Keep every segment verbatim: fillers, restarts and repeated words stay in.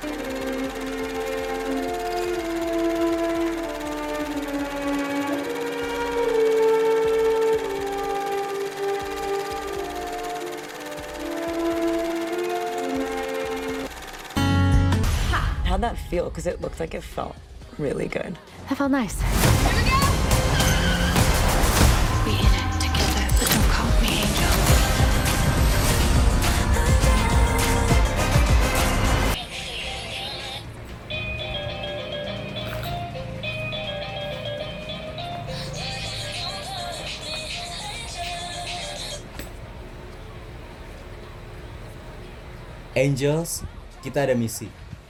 How'd that feel? Because it looked like it felt really good. That felt nice. Here we go! We in it together, but don't call me angel. Angels, kita ada misi.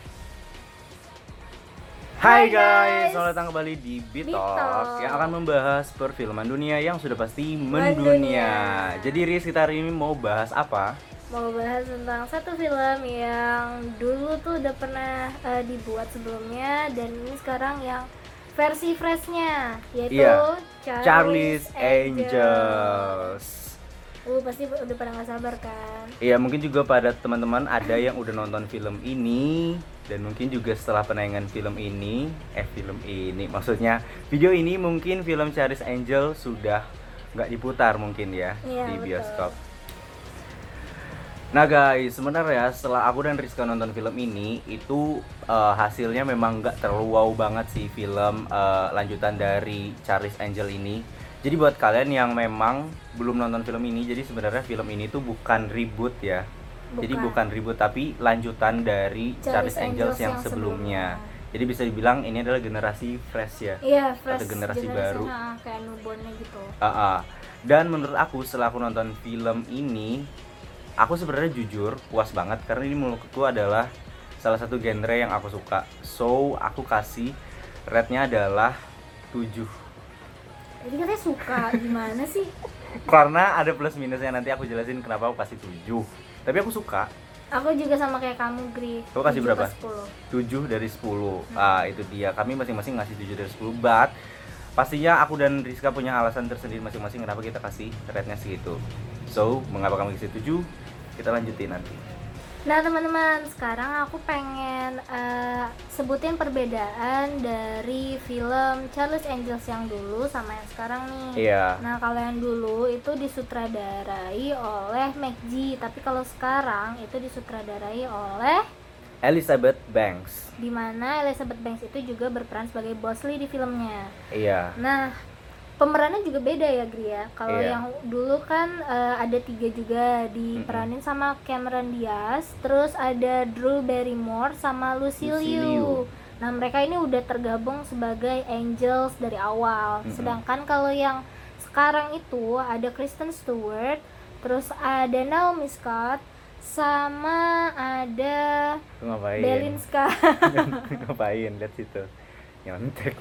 Hai Hai guys, guys. selamat datang kembali di Beat Beat Talk Talk. yang akan membahas perfilman dunia yang sudah pasti Mendunia. mendunia. Jadi Riz, kita hari ini mau bahas apa? Mau bahas tentang satu film yang dulu tuh udah pernah eh, dibuat sebelumnya dan ini sekarang yang versi freshnya, yaitu Iya, Charlie's, Charlie's Angels. Angels. Uh, pasti udah pada gak sabar kan? Iya, mungkin juga pada teman-teman ada yang udah nonton film ini dan mungkin juga setelah penayangan film ini, eh film ini, maksudnya video ini mungkin film Charlie's Angels sudah nggak diputar mungkin ya Iya, di betul. bioskop. Nah guys, sebenarnya setelah aku dan Rizka nonton film ini, itu eh, hasilnya memang nggak terlalu wow banget sih film eh, lanjutan dari Charlie's Angel ini. Jadi buat kalian yang memang belum nonton film ini, jadi sebenarnya film ini tuh bukan reboot ya. Jadi Bukan. bukan reboot tapi lanjutan dari Charlie's, Charlie's Angels, Angels yang yang sebelumnya. sebelumnya. Jadi bisa dibilang ini adalah generasi fresh ya. Iya, fresh Atau generasi generation, baru. ah, kayak newborn-nya gitu. Ah, ah. Dan menurut aku setelah aku nonton film ini, aku sebenarnya jujur puas banget karena ini menurutku adalah salah satu genre yang aku suka. So, aku kasih rate-nya adalah tujuh. Jadi katanya suka, gimana sih? Karena ada plus minusnya, nanti aku jelasin kenapa aku kasih tujuh. Tapi aku suka. Aku juga sama kayak kamu, Gri. Kamu kasih tujuh berapa? ke sepuluh. tujuh dari sepuluh. Ah, itu dia. Kami masing-masing ngasih tujuh dari sepuluh. But pastinya aku dan Rizka punya alasan tersendiri masing-masing kenapa kita kasih rate-nya segitu. So, mengapa kami kasih tujuh? Kita lanjutin nanti. Nah teman-teman, sekarang aku pengen eh, sebutin perbedaan dari film Charlie's Angels yang dulu sama yang sekarang nih. Iya. Nah kalau yang dulu itu disutradarai oleh McG, tapi kalau sekarang itu disutradarai oleh Elizabeth Banks. dimana Elizabeth Banks itu juga berperan sebagai Bosley di filmnya. Iya. Nah pemerannya juga beda ya Gri ya. Kalau Iya. yang dulu kan eh, ada tiga juga diperanin sama Cameron Diaz, terus ada Drew Barrymore sama Lucy, Lucy Liu. Liu. Nah mereka ini udah tergabung sebagai Angels dari awal. Mm-mm. Sedangkan kalau yang sekarang itu ada Kristen Stewart, terus ada Naomi Scott, sama ada Itu ngapain? Belinska. Ngapain? Lihat situ. Nyontek.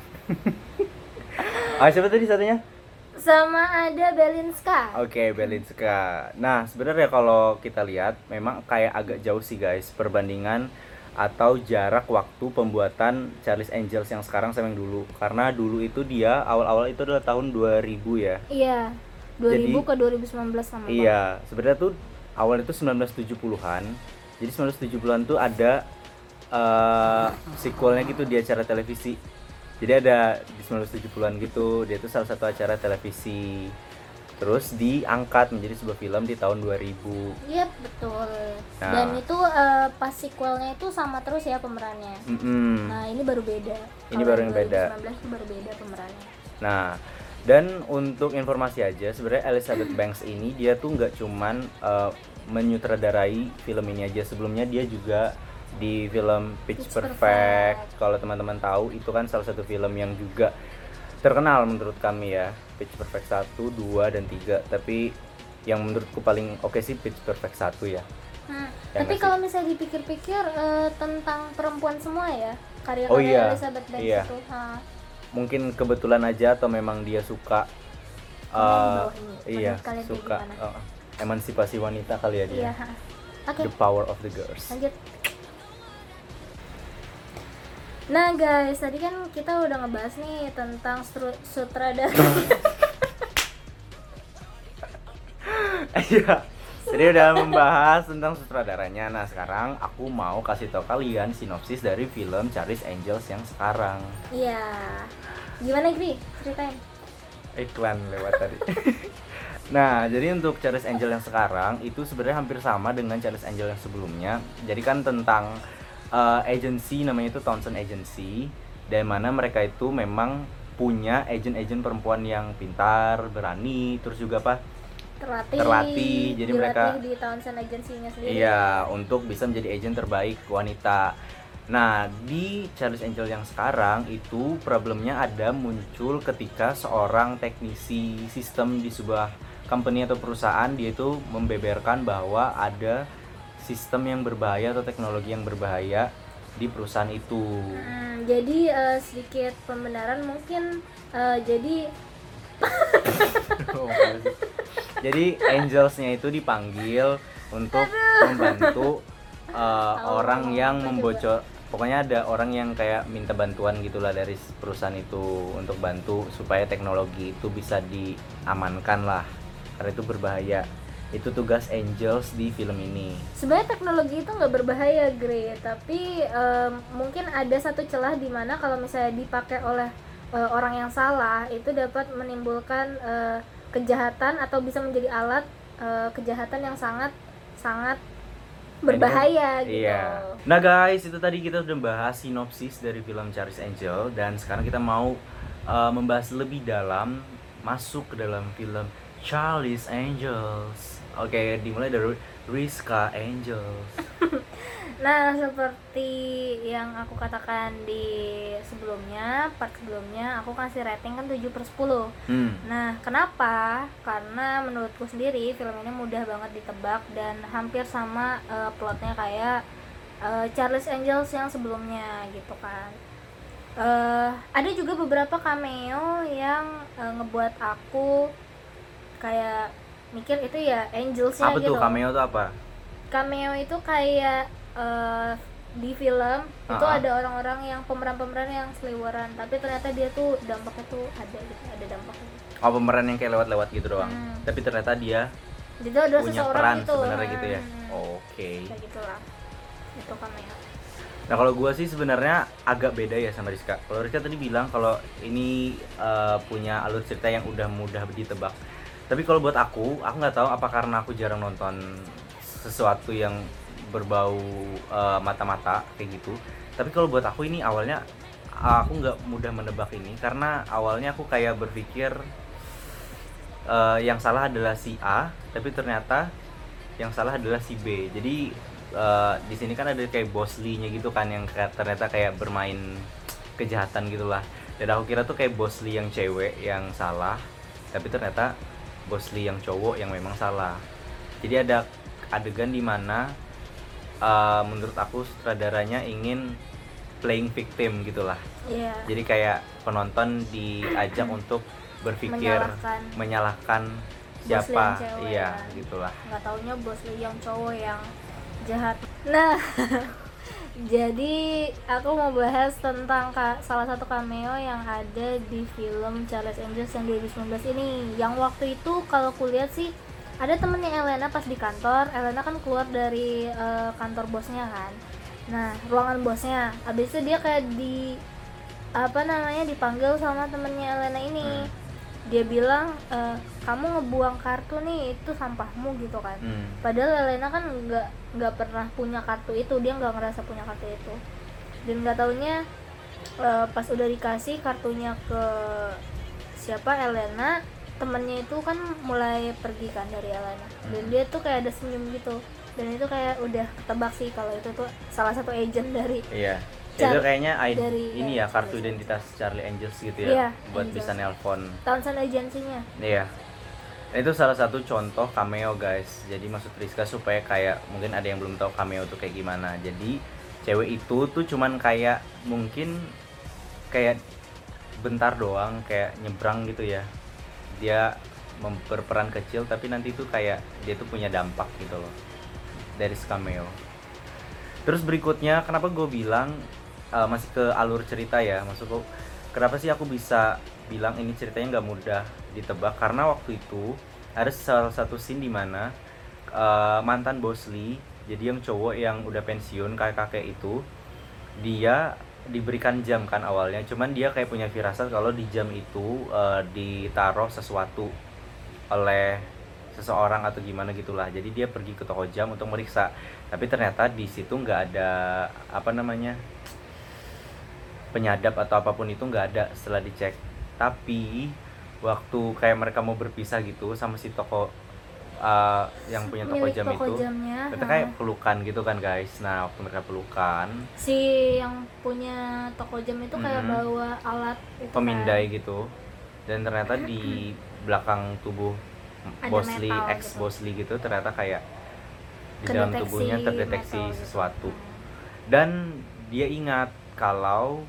Ah, siapa tadi satunya? sama ada Belinska. Oke, Belinska. Nah, sebenarnya kalau kita lihat memang kayak agak jauh sih guys perbandingan atau jarak waktu pembuatan Charlie's Angels yang sekarang sama yang dulu. Karena dulu itu dia awal-awal itu adalah tahun dua ribu ya. Iya, dua ribu Jadi- ke dua ribu sembilan belas sama Bang. Iya, sebenarnya tuh awal itu sembilan belas tujuh puluhan. Jadi sembilan belas tujuh puluhan tuh ada eh sequelnya gitu di acara televisi. Jadi ada di sembilan belas tujuh puluhan gitu, dia tuh salah satu acara televisi. Terus diangkat menjadi sebuah film di tahun dua ribu. Iya, betul. Nah. Dan itu eh, pas sequelnya itu sama terus ya pemerannya. Mm-mm. Nah, ini baru beda. Ini Kalau baru yang beda. dua ribu sembilan belas itu baru beda pemerannya. Nah, dan untuk informasi aja, sebenarnya Elizabeth Banks ini dia tuh nggak cuman eh, menyutradarai film ini aja. Sebelumnya dia juga di film Pitch, Pitch Perfect. Perfect. Kalau teman-teman tahu, itu kan salah satu film yang juga terkenal menurut kami ya. Pitch Perfect satu, dua, dan tiga. Tapi yang menurutku paling oke sih Pitch Perfect satu ya. Hmm, Ya tapi nggak sih? kalau misalnya dipikir-pikir eh, tentang perempuan semua ya, karya-karya Oh iya, Elizabeth Banks iya. itu. Ha. Mungkin kebetulan aja atau memang dia suka Kalian eh, bawa ini. iya, Menurut kalian kayak suka gimana? eh, emansipasi wanita kali ya dia. Iya. ha. Oke, The power of the girls. lanjut. Nah guys, tadi kan kita udah ngebahas nih tentang stru- sutradara Iya. Jadi udah membahas tentang sutradaranya. Nah sekarang aku mau kasih tau kalian sinopsis dari film Charlie's Angels yang sekarang. Iya. Gimana Gri? Ceritain. Iklan lewat tadi. Nah, jadi untuk Charlie's Angel yang sekarang itu sebenarnya hampir sama dengan Charlie's Angel yang sebelumnya. Jadi kan tentang uh, agency, namanya itu Townsend Agency, dari mana mereka itu memang punya agent-agent perempuan yang pintar, berani, terus juga apa? Terlatih. Terlatih. Jadi dilatih mereka di Townsend Agency-nya sendiri. iya, untuk bisa menjadi agent terbaik wanita. Nah, di Charlie's Angel yang sekarang itu problemnya ada muncul ketika seorang teknisi sistem di sebuah company atau perusahaan, dia itu membeberkan bahwa ada sistem yang berbahaya atau teknologi yang berbahaya di perusahaan itu. Hmm, jadi uh, sedikit pembenaran mungkin uh, jadi Jadi Angelsnya itu dipanggil untuk membantu uh, orang yang membocor. Pokoknya ada orang yang kayak minta bantuan gitulah dari perusahaan itu untuk bantu supaya teknologi itu bisa diamankan lah, karena itu berbahaya. Itu tugas Angels di film ini. sebenarnya teknologi itu nggak berbahaya, Gre, tapi um, mungkin ada satu celah di mana kalau misalnya dipakai oleh uh, orang yang salah itu dapat menimbulkan uh, kejahatan atau bisa menjadi alat uh, kejahatan yang sangat sangat berbahaya gitu. Iya. Nah guys, itu tadi kita sudah bahas sinopsis dari film Charlie's Angel, dan sekarang kita mau uh, membahas lebih dalam, masuk ke dalam film Charlie's Angels. Oke, dimulai dari Rizka Angels. Nah, seperti yang aku katakan di sebelumnya, part sebelumnya, aku kasih rating kan tujuh per sepuluh. Hmm. Nah, kenapa? Karena menurutku sendiri film ini mudah banget ditebak dan hampir sama uh, plotnya kayak uh, Charlie's Angels yang sebelumnya gitu kan. Uh, ada juga beberapa cameo yang uh, ngebuat aku kayak mikir itu ya Angelsnya Apa gitu. tuh cameo tuh apa? Cameo itu kayak uh, di film itu Uh-huh. ada orang-orang yang pemeran-pemeran yang seliweran, tapi ternyata dia tuh dampaknya tuh ada gitu, ada dampaknya. Oh, pemeran yang kayak lewat-lewat gitu doang. Hmm. Tapi ternyata dia Jadi ada punya seseorang peran gitu. sebenarnya gitu ya. Hmm. Oke. Kayak gitulah. Itu cameo. Nah kalau gue sih sebenarnya agak beda ya sama Rizka. Kalau Rizka tadi bilang kalau ini uh, punya alur cerita yang udah mudah ditebak. Tapi kalau buat aku, aku nggak tahu apa karena aku jarang nonton sesuatu yang berbau uh, mata-mata kayak gitu. Tapi kalau buat aku ini awalnya aku nggak mudah menebak ini, karena awalnya aku kayak berpikir uh, yang salah adalah si A, tapi ternyata yang salah adalah si B. Jadi uh, di sini kan ada kayak Bosley-nya gitu kan, yang kayak, ternyata kayak bermain kejahatan gitulah. Dan aku kira tuh kayak Bosley yang cewek yang salah, tapi ternyata Bosley yang cowok yang memang salah. Jadi ada adegan di mana uh, menurut aku sutradaranya ingin playing victim gitulah. Iya. Jadi kayak penonton diajak untuk berpikir Menyalahkan. menyalahkan Bosley siapa, yang cewek, iya ya. gitulah. Nggak taunya Bosley yang cowok yang jahat. Nah, jadi aku mau bahas tentang ka- salah satu cameo yang ada di film Charlie's Angels yang dua ribu sembilan belas ini. Yang waktu itu kalau kulihat sih ada temennya Elena pas di kantor. Elena kan keluar dari uh, kantor bosnya kan. Nah, ruangan bosnya. Abis itu dia kayak di apa namanya dipanggil sama temennya Elena ini. Hmm. Dia bilang e, kamu ngebuang kartu nih, itu sampahmu gitu kan. Hmm. Padahal Elena kan nggak nggak pernah punya kartu itu, dia nggak ngerasa punya kartu itu. Dan nggak taunya e, pas udah dikasih kartunya ke siapa Elena, temennya itu kan mulai pergi kan dari Elena. Dan dia tuh kayak ada senyum gitu. Dan itu kayak udah ketebak sih kalau itu tuh salah satu agent dari Iya. Char- itu kayaknya I D, dari- ini ya, ya kartu Charlie identitas Charlie Angels gitu ya, Iya, buat Angels. bisa nelpon. Townsend Agency-nya. Iya. Nah, itu salah satu contoh cameo guys. Jadi maksud Rizka supaya kayak mungkin ada yang belum tahu cameo tuh kayak gimana. Jadi cewek itu tuh cuman kayak mungkin kayak bentar doang, kayak nyebrang gitu ya. Dia berperan kecil tapi nanti tuh kayak dia tuh punya dampak gitu loh dari cameo. Terus berikutnya kenapa gue bilang uh, masih ke alur cerita ya, maksudku kenapa sih aku bisa bilang ini ceritanya nggak mudah ditebak, karena waktu itu ada salah satu scene di mana uh, mantan bos Lee. Jadi yang cowok yang udah pensiun kakek-kakek itu, dia diberikan jam kan awalnya, cuman dia kayak punya firasat kalau di jam itu uh, ditaruh sesuatu oleh seseorang atau gimana gitulah. Jadi dia pergi ke toko jam untuk meriksa, tapi ternyata di situ nggak ada apa namanya penyadap atau apapun itu, nggak ada setelah dicek. Tapi waktu kayak mereka mau berpisah gitu sama si toko uh, yang punya toko Milik jam toko itu, jamnya, mereka ha. kayak pelukan gitu kan guys. Nah waktu mereka pelukan, Si yang punya toko jam itu kayak Mhm. bawa alat itu pemindai kan. gitu, dan ternyata di belakang tubuh Ada bos Lee, metal ex gitu. bos Lee gitu, ternyata kayak di dalam Kedeteksi tubuhnya terdeteksi metal gitu. sesuatu. Dan dia ingat kalau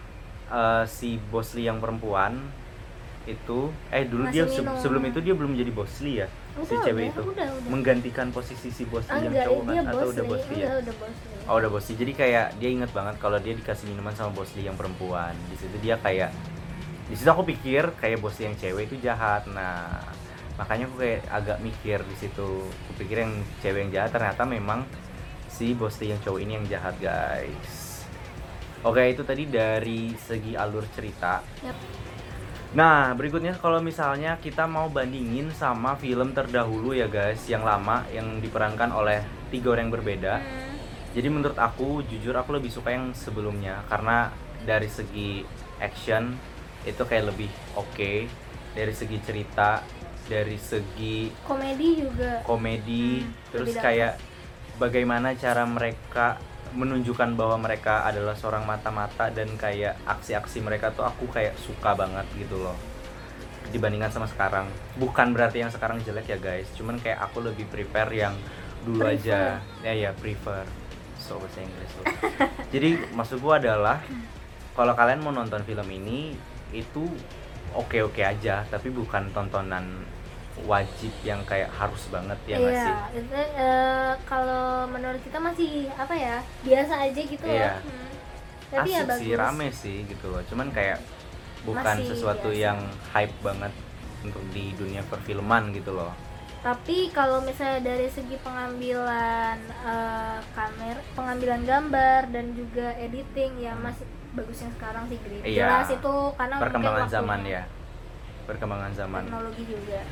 uh, si bos Lee yang perempuan itu eh dulu Masih dia se- minum. sebelum itu dia belum jadi bos Lee ya, si Udah, cewek udah, itu udah, udah. menggantikan posisi si bos Ah, Lee yang enggak, cowok dia kan, atau bos udah bos Lee ya? Udah, udah bos Lee. Oh udah bos Lee. Jadi kayak dia ingat banget kalau dia dikasih minuman sama bos Lee yang perempuan. Di situ dia kayak, di situ aku pikir kayak bos Lee yang cewek itu jahat. Nah makanya aku kayak agak mikir di situ. Aku pikir yang cewek yang jahat, ternyata memang si bos Lee yang cowok ini yang jahat guys. Oke, itu tadi dari segi alur cerita. Yap. Nah, berikutnya kalau misalnya kita mau bandingin sama film terdahulu ya guys, yang lama, yang diperankan oleh tiga orang yang berbeda. Hmm. Jadi menurut aku, jujur aku lebih suka yang sebelumnya, karena dari segi action itu kayak lebih oke, dari segi cerita, dari segi Komedi juga. komedi, Hmm, terus lebih kayak bagaimana cara mereka menunjukkan bahwa mereka adalah seorang mata-mata, dan kayak aksi-aksi mereka tuh aku kayak suka banget gitu loh dibandingkan sama sekarang. Bukan berarti yang sekarang jelek ya guys, cuman kayak aku lebih prepare yang dulu Prefer. aja. Ya ya prefer. So bahasa Inggris loh. Jadi maksudku adalah kalau kalian mau nonton film ini itu oke-oke aja, tapi bukan tontonan wajib yang kayak harus banget ya nggak sih? Iya, itu eh, kalau menurut kita masih apa ya, biasa aja gitu Iya. loh. Hmm. Tapi ya Asik bagus. sih, rame sih gitu loh. Cuman kayak bukan Masih sesuatu biasa. yang hype banget untuk di dunia perfilman gitu loh. Tapi kalau misalnya dari segi pengambilan eh, kamera, pengambilan gambar dan juga editing ya masih bagus yang sekarang sih, Grit. Iya. Jelas itu karena mungkin Perkembangan waktunya, zaman ya. Perkembangan zaman. teknologi juga.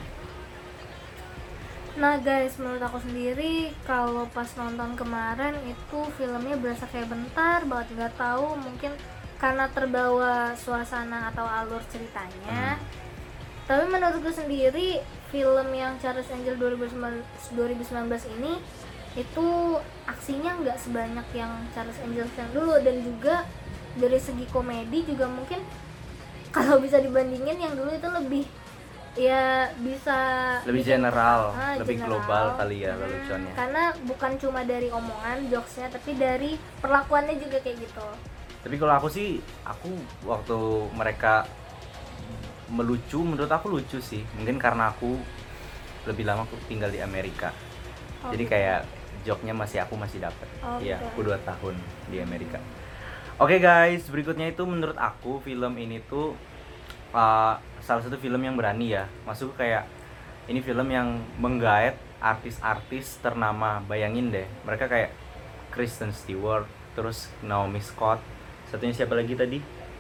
Nah guys, menurut aku sendiri kalau pas nonton kemarin itu filmnya berasa kayak bentar banget, nggak tahu mungkin karena terbawa suasana atau alur ceritanya. Hmm. Tapi menurutku sendiri film yang Charles Angel dua ribu sembilan belas ini itu aksinya nggak sebanyak yang Charles Angel yang dulu, dan juga dari segi komedi juga mungkin kalau bisa dibandingin yang dulu itu lebih ya bisa Lebih bikin- general, ah, lebih general. global kali ya Hmm, leluconnya. karena bukan cuma dari omongan jokesnya, tapi dari perlakuannya juga kayak gitu. Tapi kalau aku sih, aku waktu mereka melucu, menurut aku lucu sih. Mungkin karena aku lebih lama aku tinggal di Amerika. Oh, Jadi gitu. kayak joknya masih aku masih dapet. Oh, Iya, gitu. aku dua tahun di Amerika. Oke guys, berikutnya itu menurut aku film ini tuh uh, salah satu film yang berani ya. Maksudku kayak ini film yang menggait artis-artis ternama. Bayangin deh, mereka kayak Kristen Stewart, terus Naomi Scott, satunya siapa lagi tadi?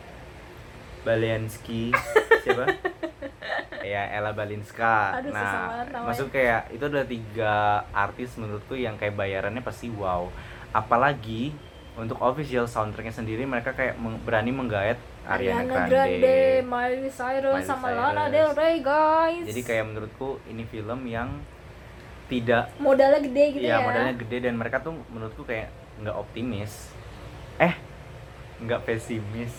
Balinsky, siapa? Ya, Ella Balinska. Aduh, susah Nah, banget namanya. maksud kayak itu adalah tiga artis menurutku yang kayak bayarannya pasti wow. Apalagi untuk official soundtracknya sendiri, mereka kayak meng- berani menggait Ariana, Grande, Miley Cyrus, Miley sama Cyrus. Lana Del Rey guys. Jadi kayak menurutku ini film yang tidak, modalnya gede gitu ya ya. modalnya gede, dan mereka tuh menurutku kayak nggak optimis, eh nggak pesimis.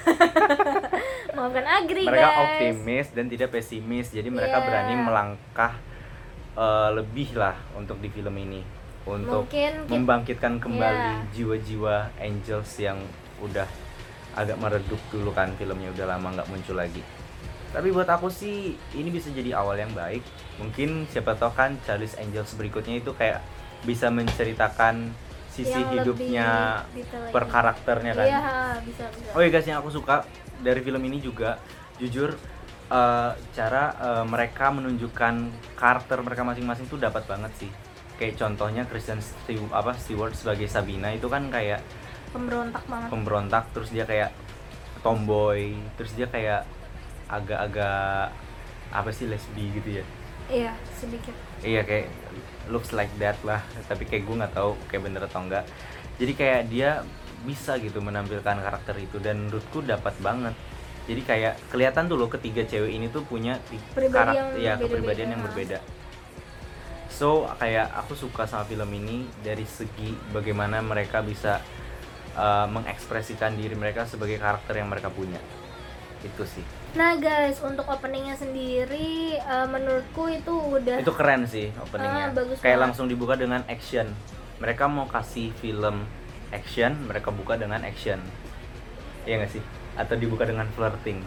Maafkan Agri Mereka guys. optimis dan tidak pesimis. Jadi mereka Iya. berani melangkah eh, lebih lah untuk di film ini, untuk Mungkin kita- membangkitkan kembali Iya. jiwa-jiwa Angels yang udah agak meredup dulu kan, filmnya udah lama nggak muncul lagi. Tapi buat aku sih ini bisa jadi awal yang baik. Mungkin siapa tahu kan Charlie's Angels berikutnya itu kayak bisa menceritakan sisi Yang hidupnya lebih detail lagi. per karakternya kan. Iya, bisa bisa. Oh iya guys, yang aku suka dari film ini juga jujur eh, cara eh, mereka menunjukkan karakter mereka masing-masing tuh dapat banget sih. kayak contohnya Kristen Stewart apa Stewart sebagai Sabina itu kan kayak Pemberontak banget. pemberontak, terus dia kayak tomboy, terus dia kayak agak-agak apa sih lesbi gitu ya. Iya, sedikit. Iya kayak looks like that lah, tapi kayak gue nggak tahu kayak bener atau enggak. Jadi kayak dia bisa gitu menampilkan karakter itu dan menurutku dapat banget. Jadi kayak kelihatan tuh loh ketiga cewek ini tuh punya Pribadi yang karakter ya berbeda-beda. kepribadian yang berbeda. So kayak aku suka sama film ini dari segi bagaimana mereka bisa uh, mengekspresikan diri mereka sebagai karakter yang mereka punya. Itu sih. Nah guys, untuk openingnya sendiri uh, menurutku itu udah Itu keren sih openingnya. Ah, bagus Kayak banget. langsung dibuka dengan action. Mereka mau kasih film action, mereka buka dengan action. Iya nggak sih? Atau dibuka dengan flirting.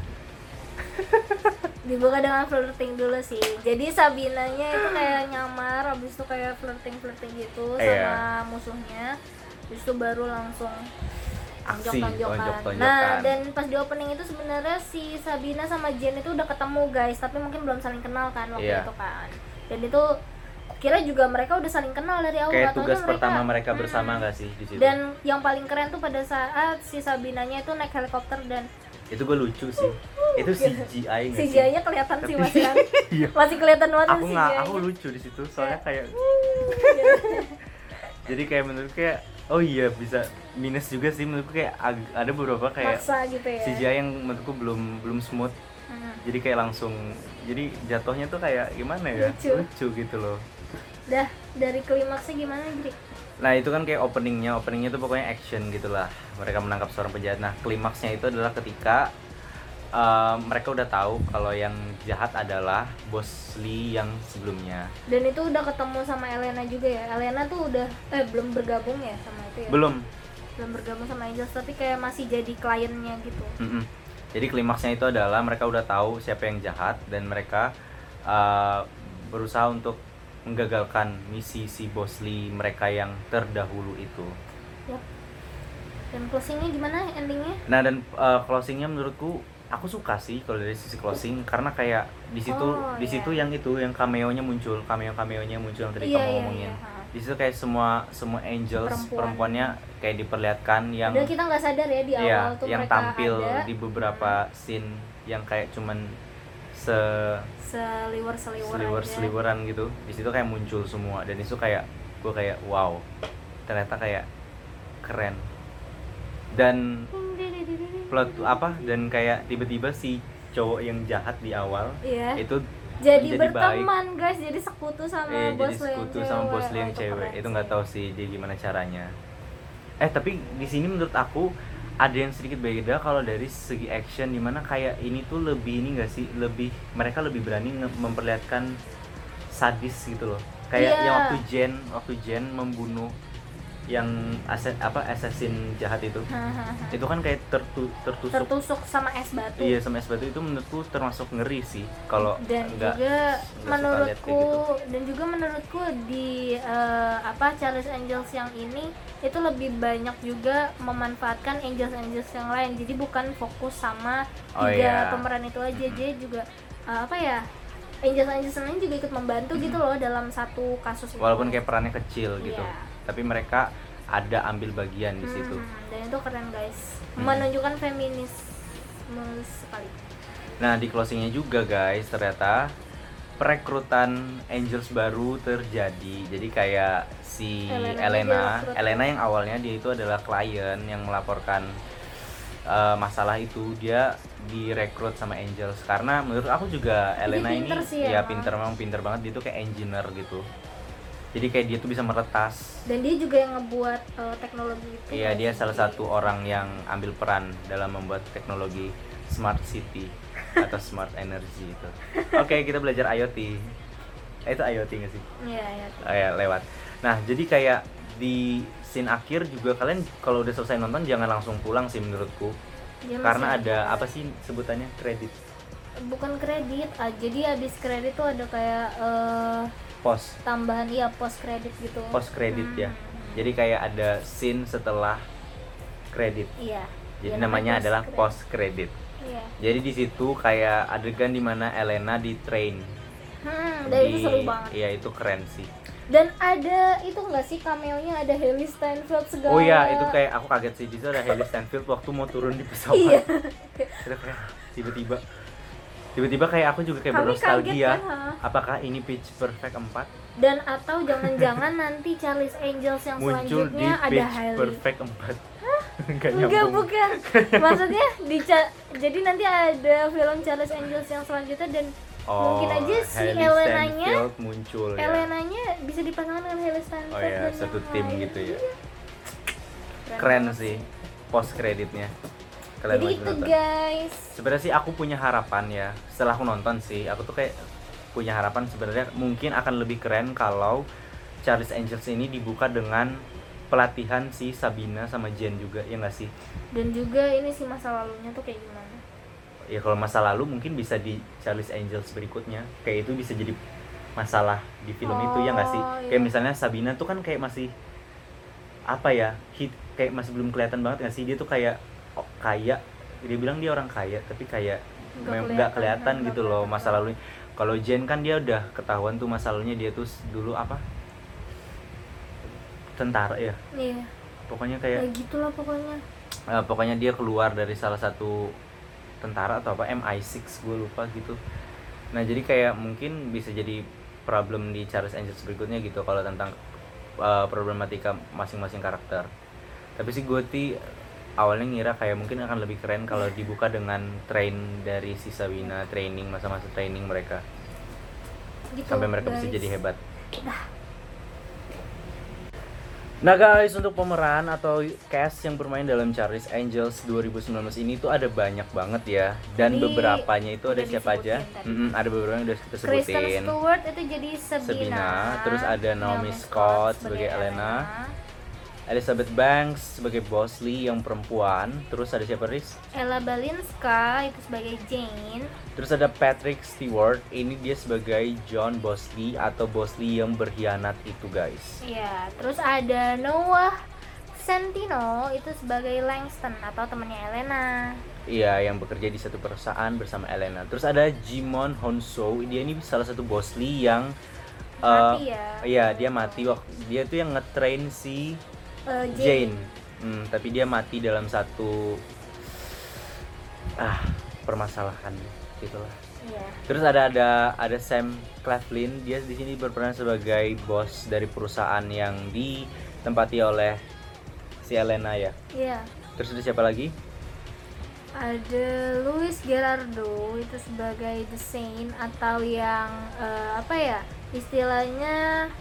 dibuka dengan flirting dulu sih. Jadi Sabinanya itu kayak nyamar, habis itu kayak flirting-flirting gitu sama Iya. musuhnya. Habis itu baru langsung Aksi, tonjok-tonjokan. tonjok-tonjokan. Nah, dan pas di opening itu sebenarnya si Sabina sama Jen itu udah ketemu guys, tapi mungkin belum saling kenal kan waktu Iya. itu kan. Dan itu kira juga mereka udah saling kenal dari awal. Kayak atau tugas mereka- pertama mereka Hmm. bersama nggak sih di situ? Dan yang paling keren tuh pada saat si Sabinanya itu naik helikopter dan Itu gue lucu sih. Itu C G I nggak C sih? G I-nya kelihatan sih Tapi- masih kan. Iya. Masih kelihatan banget Aku C G I-nya. nggak, aku lucu di situ. Soalnya kayak, jadi kayak menurut kayak, oh iya bisa minus juga sih menurutku kayak ag- ada beberapa kayak maksa gitu ya. C G I yang menurutku belum belum smooth. Hmm. Jadi kayak langsung, jadi jatuhnya tuh kayak gimana ya? Lucu. Lucu gitu loh. Dah dari klimaksnya gimana Jri? Nah itu kan kayak openingnya, openingnya tuh pokoknya action gitulah. Mereka menangkap seorang penjahat. Nah klimaksnya itu adalah ketika uh, mereka udah tahu kalau yang jahat adalah Bos Lee yang sebelumnya. Dan itu udah ketemu sama Elena juga ya. Elena tuh udah eh belum bergabung ya sama itu ya. Belum. Belum bergabung sama Angels tapi kayak masih jadi kliennya gitu. Mm-mm. Jadi klimaksnya itu adalah mereka udah tahu siapa yang jahat dan mereka uh, berusaha untuk menggagalkan misi si Bos Lee mereka yang terdahulu itu. Yap. Dan closingnya gimana endingnya? Nah dan uh, closingnya menurutku aku suka sih kalau dari sisi closing karena kayak di situ Oh, di situ iya. yang itu yang cameo-nya muncul, cameo-cameonya muncul yang tadi Iya, kamu iya, ngomongin. iya. Ha. Di situ kayak semua semua angels Perempuan. perempuannya kayak diperlihatkan yang Udah kita nggak sadar ya di awal iya, tuh yang mereka tampil ada di beberapa scene yang kayak cuman se seliwer-seliwer sliver aja. sliveran gitu. Di situ kayak muncul semua dan itu kayak gue kayak wow. Ternyata kayak keren. Dan plot apa dan kayak tiba-tiba si cowok yang jahat di awal Iya. itu Jadi menjadi berteman guys, jadi sekutu sama eh, bos jadi lo yang sekutu cewek. sama bos Lee yang Wah, cewek keren itu sih. nggak tahu sih dia gimana caranya. Eh tapi di sini menurut aku ada yang sedikit beda kalau dari segi action, dimana kayak ini tuh lebih ini nggak sih, lebih mereka lebih berani nge- memperlihatkan sadis gitu loh. Kayak Iya. yang waktu Jen waktu Jen membunuh yang aset apa assassin jahat itu, Hahaha. itu kan kayak tertu, tertusuk. Tertusuk sama es batu. Iya sama es batu itu menurutku termasuk ngeri sih kalau Dan nggak- juga nggak suka lihat menurutku kayak gitu. dan juga menurutku di eh, apa Charles Angels yang ini itu lebih banyak juga memanfaatkan Angels Angels yang lain, jadi bukan fokus sama Oh, tiga iya. pemeran itu aja. Mhm. Jadi juga eh, apa ya, Angels Angels lain juga ikut membantu gitu loh dalam satu kasus itu. walaupun kayak perannya kecil gitu, Iya. tapi mereka ada ambil bagian di situ. Hmm, dan itu keren guys, Hmm. menunjukkan feminisme sekali. Nah di closingnya juga guys ternyata perekrutan Angels baru terjadi. Jadi kayak si Elena Elena, direkrut. Elena yang awalnya dia itu adalah klien yang melaporkan uh, masalah itu, dia direkrut sama Angels karena menurut aku juga Elena ini pinter sih ya emang. pinter memang pinter banget, dia tuh kayak engineer gitu. Jadi kayak dia tuh bisa meretas. Dan dia juga yang ngebuat eh, teknologi itu. Iya, kan. dia salah satu orang yang ambil peran dalam membuat teknologi smart city atau smart energy itu. Oke, kita belajar I O T. Eh, itu I O T nggak sih? Iya, iya. Oh ya, lewat. Nah, jadi kayak di scene akhir juga kalian kalau udah selesai nonton jangan langsung pulang sih menurutku. Dia Karena masih ada apa sih sebutannya, kredit bukan kredit, ah, jadi abis kredit tuh ada kayak eh, post tambahan, iya post kredit gitu. post kredit ya. Hmm. Jadi kayak ada scene setelah kredit. Iya. Jadi Iya, namanya adalah credit. post kredit. Iya. Jadi di situ kayak adegan dimana Elena di train. Hmm, dan itu seru banget. Iya itu keren sih. Dan ada itu nggak sih cameo-nya, ada Hailey Steinfeld segala. Oh iya, itu kayak aku kaget sih. Di situ ada Hailey Steinfeld waktu mau turun di pesawat. Iya. Itu kayak tiba-tiba tiba-tiba kayak aku juga kayak Kami bernostalgia. kaget kan, ha? Apakah ini Pitch Perfect empat Dan atau jangan-jangan nanti Charlie's Angels yang muncul di selanjutnya ada Pitch Hailey. Perfect empat? Enggak Enggak, nyambung. bukan. Maksudnya di Cha- jadi nanti ada film Charlie's Angels yang selanjutnya dan Oh, mungkin aja si Hailey Elenanya Steinfeld muncul ya. Elenanya bisa dipasangkan dengan Hailey Steinfeld. Oh ya, dan satu yang tim lain. gitu ya. Iya. Keren banget sih post kreditnya. Kalian Jadi wajib itu nonton. guys. Sebenarnya sih aku punya harapan ya. Setelah aku nonton sih, aku tuh kayak punya harapan sebenarnya mungkin akan lebih keren kalau Charlie's Angels ini dibuka dengan pelatihan si Sabina sama Jen juga, ya nggak sih? Dan juga ini sih masa lalunya tuh kayak gimana? Ya kalau masa lalu mungkin bisa di Charlie's Angels berikutnya. Kayak itu bisa jadi masalah di film itu, ya nggak sih? Oh, iya. Kayak misalnya Sabina tuh kan kayak masih apa ya? Hit kayak masih belum kelihatan banget nggak sih? Dia tuh kayak oh, kaya. Dia bilang dia orang kaya, tapi kayak Nggak mem- kelihatan, nggak kelihatan nggak gitu loh kelihatan. masa lalunya. Kalau Jen kan dia udah ketahuan tuh masa lalunya, dia tuh dulu apa? Tentara ya. Iya. Pokoknya Ya kayak gitulah pokoknya. eh, pokoknya dia keluar dari salah satu tentara atau apa M I enam gue lupa gitu. Nah jadi kayak mungkin bisa jadi problem di Charlie's Angels berikutnya gitu kalau tentang uh, problematika masing-masing karakter. Tapi sih gue ti awalnya ngira kayak mungkin akan lebih keren kalau dibuka dengan train dari si Sabina, training masa-masa training mereka Gitu, sampai mereka bisa guys. jadi hebat. Nah guys, untuk pemeran atau cast yang bermain dalam Charlie's Angels dua ribu sembilan belas ini tuh ada banyak banget ya. Dan Tadi beberapanya itu ada udah siapa aja? disebutin tadi. Mm-mm, ada beberapa yang udah kita Kristen sebutin. Stewart itu jadi Sabina, Sabina, terus ada Naomi Scott sebagai Elena. Elizabeth Banks sebagai Bosley yang perempuan. Terus ada siapa, Riz? Ella Balinska itu sebagai Jane. Terus ada Patrick Stewart, ini dia sebagai John Bosley atau Bosley yang berkhianat itu guys. Ya, terus ada Noah Centino itu sebagai Langston atau temannya Elena. Iya, yang bekerja di satu perusahaan bersama Elena. Terus ada Jimon Honso, dia ini salah satu Bosley yang Mati eh, ya. Iya, dia mati waktu dia tuh yang ngetrain si Eh, Jane. Hmm, tapi dia mati dalam satu ah permasalahan gitulah. Iya. Terus ada ada ada Sam Claflin, dia di sini berperan sebagai bos dari perusahaan yang ditempati oleh si Elena ya. Iya. Terus ada siapa lagi? Ada Luis Gerardo itu sebagai The Saint atau yang eh, apa ya istilahnya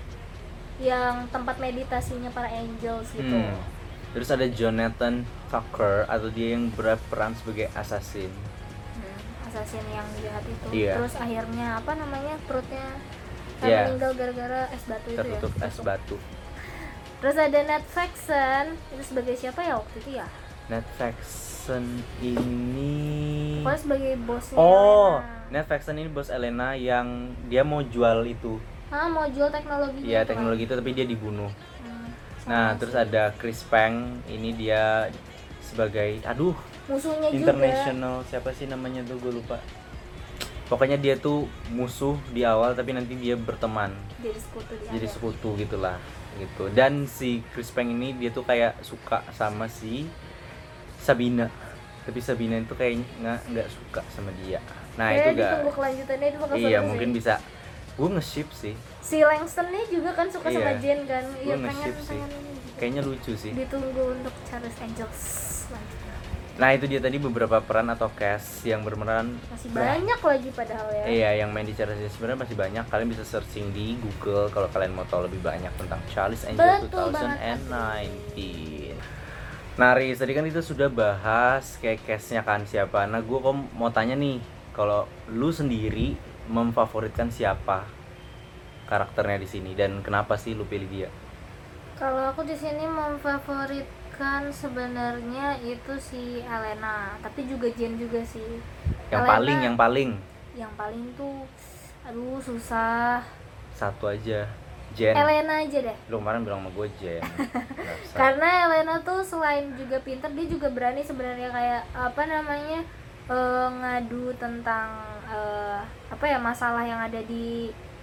yang tempat meditasinya para angels gitu. Hmm. Terus ada Jonathan Tucker atau dia yang berperan sebagai assassin. Hmm, assassin yang jahat itu. Iya. Terus akhirnya apa namanya perutnya kan Iya. meninggal gara-gara es batu itu ya. Tertutup es batu. Terus ada Ned Faxon itu sebagai siapa ya waktu itu ya? Ned Faxon ini Pokoknya sebagai bosnya. Oh, Elena. Ned Faxon ini bos Elena yang dia mau jual itu. Ah, mau jual teknologi. Iya, teknologi itu tapi dia dibunuh. Hmm, Nah, sama terus sih. ada Chris Pang, ini dia sebagai aduh, musuhnya juga. international siapa sih namanya tuh gue lupa. Pokoknya dia tuh musuh di awal tapi nanti dia berteman, Jadi sekutu di jadi akhir. sekutu gitulah gitu. Dan si Chris Pang ini dia tuh kayak suka sama si Sabina. Tapi Sabina itu kayaknya nggak nggak suka sama dia. Nah, Kayaknya itu gak ditunggu kelanjutannya itu bakal iya, seru mungkin sih. bisa. Gue nge-ship sih. Si Langstonnya juga kan suka sama Iya. Jane kan. Gue Iya pengen nge-ship sih. pengen ini juga. Kayaknya lucu sih. Ditunggu untuk Charlie's Angels selanjutnya. Nah, itu dia tadi beberapa peran atau cast yang berperan. Masih Bah, banyak lagi padahal ya. Iya, yang main di Charlie's Angels sebenarnya masih banyak. Kalian bisa searching di Google kalau kalian mau tahu lebih banyak tentang Charlie's Angels Betul banget, dua ribu sembilan belas. Nah, Riz, tadi kan itu sudah bahas kayak cast-nya kan siapa. Nah, gue kok mau tanya nih, kalau lu sendiri memfavoritkan siapa karakternya di sini dan kenapa sih lu pilih dia? Kalau aku di sini memfavoritkan sebenarnya itu si Elena, tapi juga Jane juga sih. Yang Elena- paling, yang paling yang paling tuh aduh susah. satu aja, Jen. Elena aja deh. Lu kemarin bilang sama gue Jen. Nggak usah. Karena Elena tuh selain juga pinter, dia juga berani sebenarnya kayak apa namanya eh, ngadu tentang eh, apa ya masalah yang ada di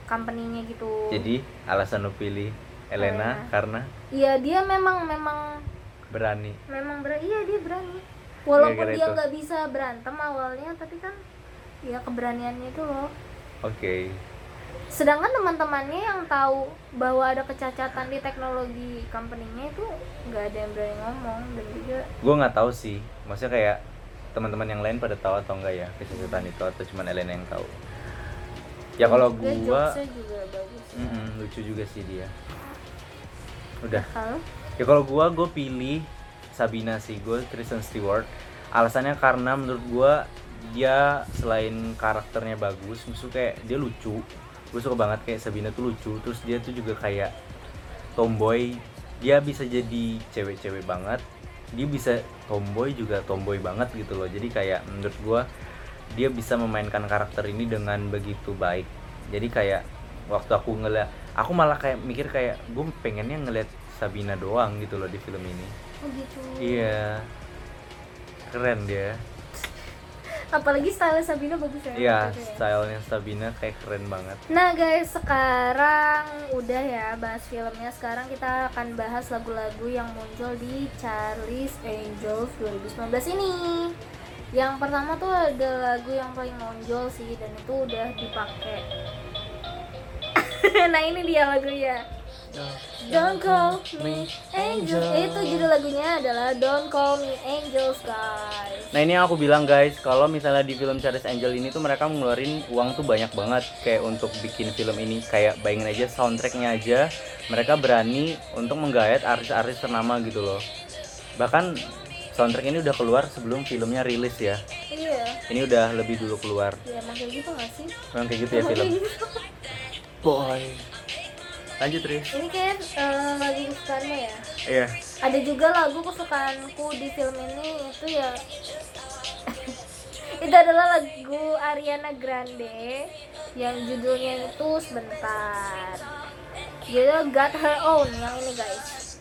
company-nya gitu. Jadi alasan lu pilih Elena Elena. karena Iya dia memang memang berani. memang ber iya dia berani. Walaupun Gara-gara dia itu. nggak bisa berantem awalnya, tapi kan ya keberaniannya itu loh. Oke. Sedangkan teman-temannya yang tahu bahwa ada kecacatan di teknologi company-nya itu nggak ada yang berani ngomong. Dan juga Gue nggak tahu sih, maksudnya kayak teman-teman yang lain pada tahu atau enggak ya kecacatan itu, atau cuma Elena yang tahu. Ya kalau juga gua jokesnya juga bagus. mm-mm, lucu juga sih dia. Udah. Kalau Ya kalau gua gue pilih Sabina sih, gue Kristen Stewart. Alasannya karena menurut gua dia selain karakternya bagus, maksudnya kayak dia lucu. Gue suka banget kayak Sabina tuh lucu. Terus dia tuh juga kayak tomboy. Dia bisa jadi cewek-cewek banget. Dia bisa tomboy juga tomboy banget gitu loh. Jadi kayak menurut gua dia bisa memainkan karakter ini dengan begitu baik. Jadi kayak waktu aku ngeliat, aku malah kayak mikir kayak gue pengennya ngeliat Sabina doang gitu loh di film ini. oh gitu. Iya, keren dia. Apalagi style Sabina bagus ya. Iya, gitu ya. stylenya Sabina kayak keren banget. Nah guys, sekarang udah ya bahas filmnya. Sekarang kita akan bahas lagu-lagu yang muncul di Charlie's Angels dua ribu sembilan belas ini. Yang pertama tuh ada lagu yang paling nonjol sih, dan itu udah dipakai. Nah ini dia lagunya. Don't Call Me Angels. Itu judul lagunya adalah Don't Call Me Angels guys. Nah ini yang aku bilang guys, kalau misalnya di film Charlie's Angel ini tuh mereka ngeluarin uang tuh banyak banget kayak untuk bikin film ini. Kayak bayangin aja soundtracknya aja mereka berani untuk menggayat artis-artis ternama gitu loh. Bahkan soundtrack ini udah keluar sebelum filmnya rilis ya. Iya. Ini udah lebih dulu keluar. Ya emang kayak gitu gak sih? Memang kayak gitu ya Emang film. kayak gitu. Boy. Lanjut Riz. Ini kayak eh, lagu kesukaannya ya. Iya. Ada juga lagu kesukaanku di film ini itu ya. Itu adalah lagu Ariana Grande yang judulnya itu sebentar. Dia Got Her Own yang ini guys.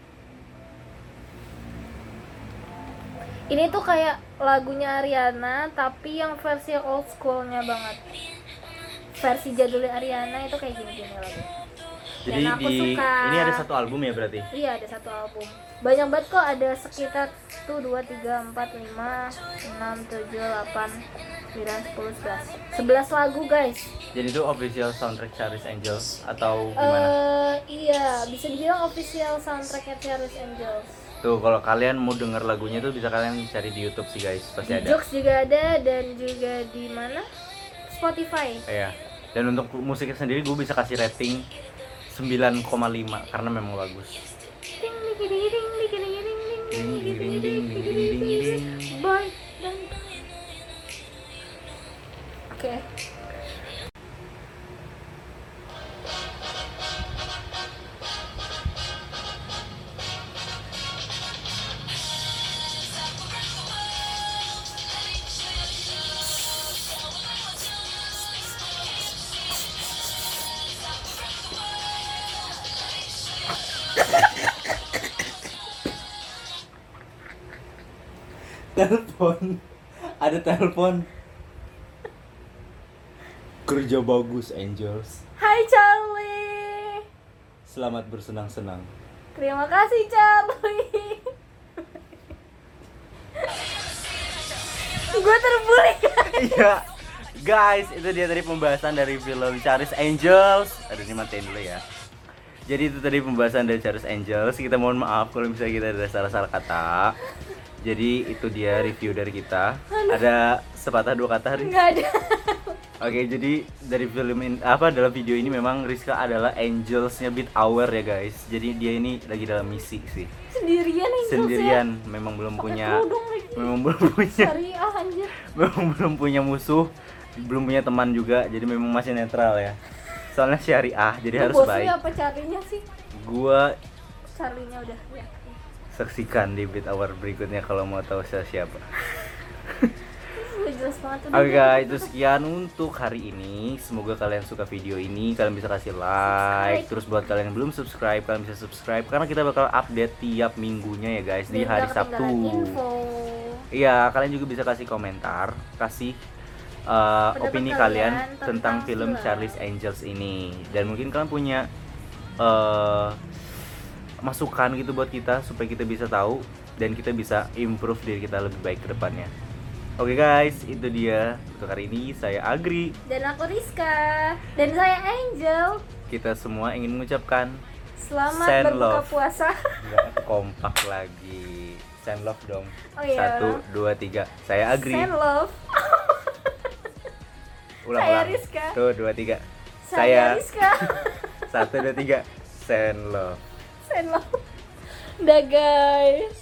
Ini tuh kayak lagunya Ariana tapi yang versi old schoolnya banget. Versi jadulnya Ariana itu kayak gini-gini lagu. Jadi Dan aku di suka. ini ada satu album ya berarti. Iya ada satu album. Banyak banget kok, ada sekitar satu, dua, tiga, empat, lima, enam, tujuh, delapan, sembilan, sepuluh, sebelas sebelas lagu guys. Jadi itu official soundtrack Charlie's Angels atau Eh gimana? iya bisa dibilang official soundtracknya Charlie's Angels. Tuh kalau kalian mau denger lagunya tuh bisa kalian cari di YouTube sih guys, pasti Di ada. Joox juga ada dan juga di mana? Spotify. Iya. Dan untuk musiknya sendiri gue bisa kasih rating sembilan koma lima karena memang bagus. Ding, ding, ding, ding, ding, ding, ding, ding, Ding, ding, ding, ding, ding, ding, ding, ding, ding, ding, ding. ding. Boy, dan oke. Telepon. Ada telepon. Kerja bagus Angels. Hai Charlie. Selamat bersenang-senang. Terima kasih Charlie. Gue terbully. Iya. Guys, itu dia tadi pembahasan dari film Charlie's Angels. Aduh, ini matiin dulu ya. Jadi itu tadi pembahasan dari Charlie's Angels. Kita mohon maaf kalau misalnya kita ada salah-salah kata. Jadi itu dia review dari kita. Ada sepatah dua kata hari. Nggak ada. Oke, jadi dari film ini, apa dalam video ini memang Rizka adalah Angelsnya Beat Hour ya guys. Jadi dia ini lagi dalam misi sih. Sendirian nih. Sendirian, memang belum Pakai punya, kerudung lagi. memang belum punya, Syariah anjir. memang belum punya musuh, belum punya teman juga. Jadi memang masih netral ya. Soalnya syariah, jadi Lu harus bosnya baik. apa Charlie-nya sih? Gua Charlie-nya udah ya. saksikan di Beat Hour berikutnya kalau mau tahu saya siapa. Udah jelas banget. Oke guys, itu sekian untuk hari ini. Semoga kalian suka video ini. Kalian bisa kasih like. Terus buat kalian yang belum subscribe, kalian bisa subscribe karena kita bakal update tiap minggunya ya guys di Dan hari nggak Sabtu. ketinggalan info. Iya, kalian juga bisa kasih komentar, kasih uh, Pendapat opini kalian kalian tentang tentang film film. Charlie's Angels ini, dan mungkin kalian punya uh, masukan gitu buat kita supaya kita bisa tahu dan kita bisa improve diri kita lebih baik ke depannya. Oke guys, itu dia untuk hari ini. Saya Agri Dan aku Rizka. Dan saya Angel. kita semua ingin mengucapkan Selamat Send berbuka love. puasa. nggak kompak lagi. Send love dong. Oh iya, Satu, ulang. dua, tiga. Saya Agri. Send love. Ulang, Saya ulang. Rizka. Tuh, dua, tiga. Saya Saya Rizka. satu, dua, tiga. Send love. Send love. Dah guys.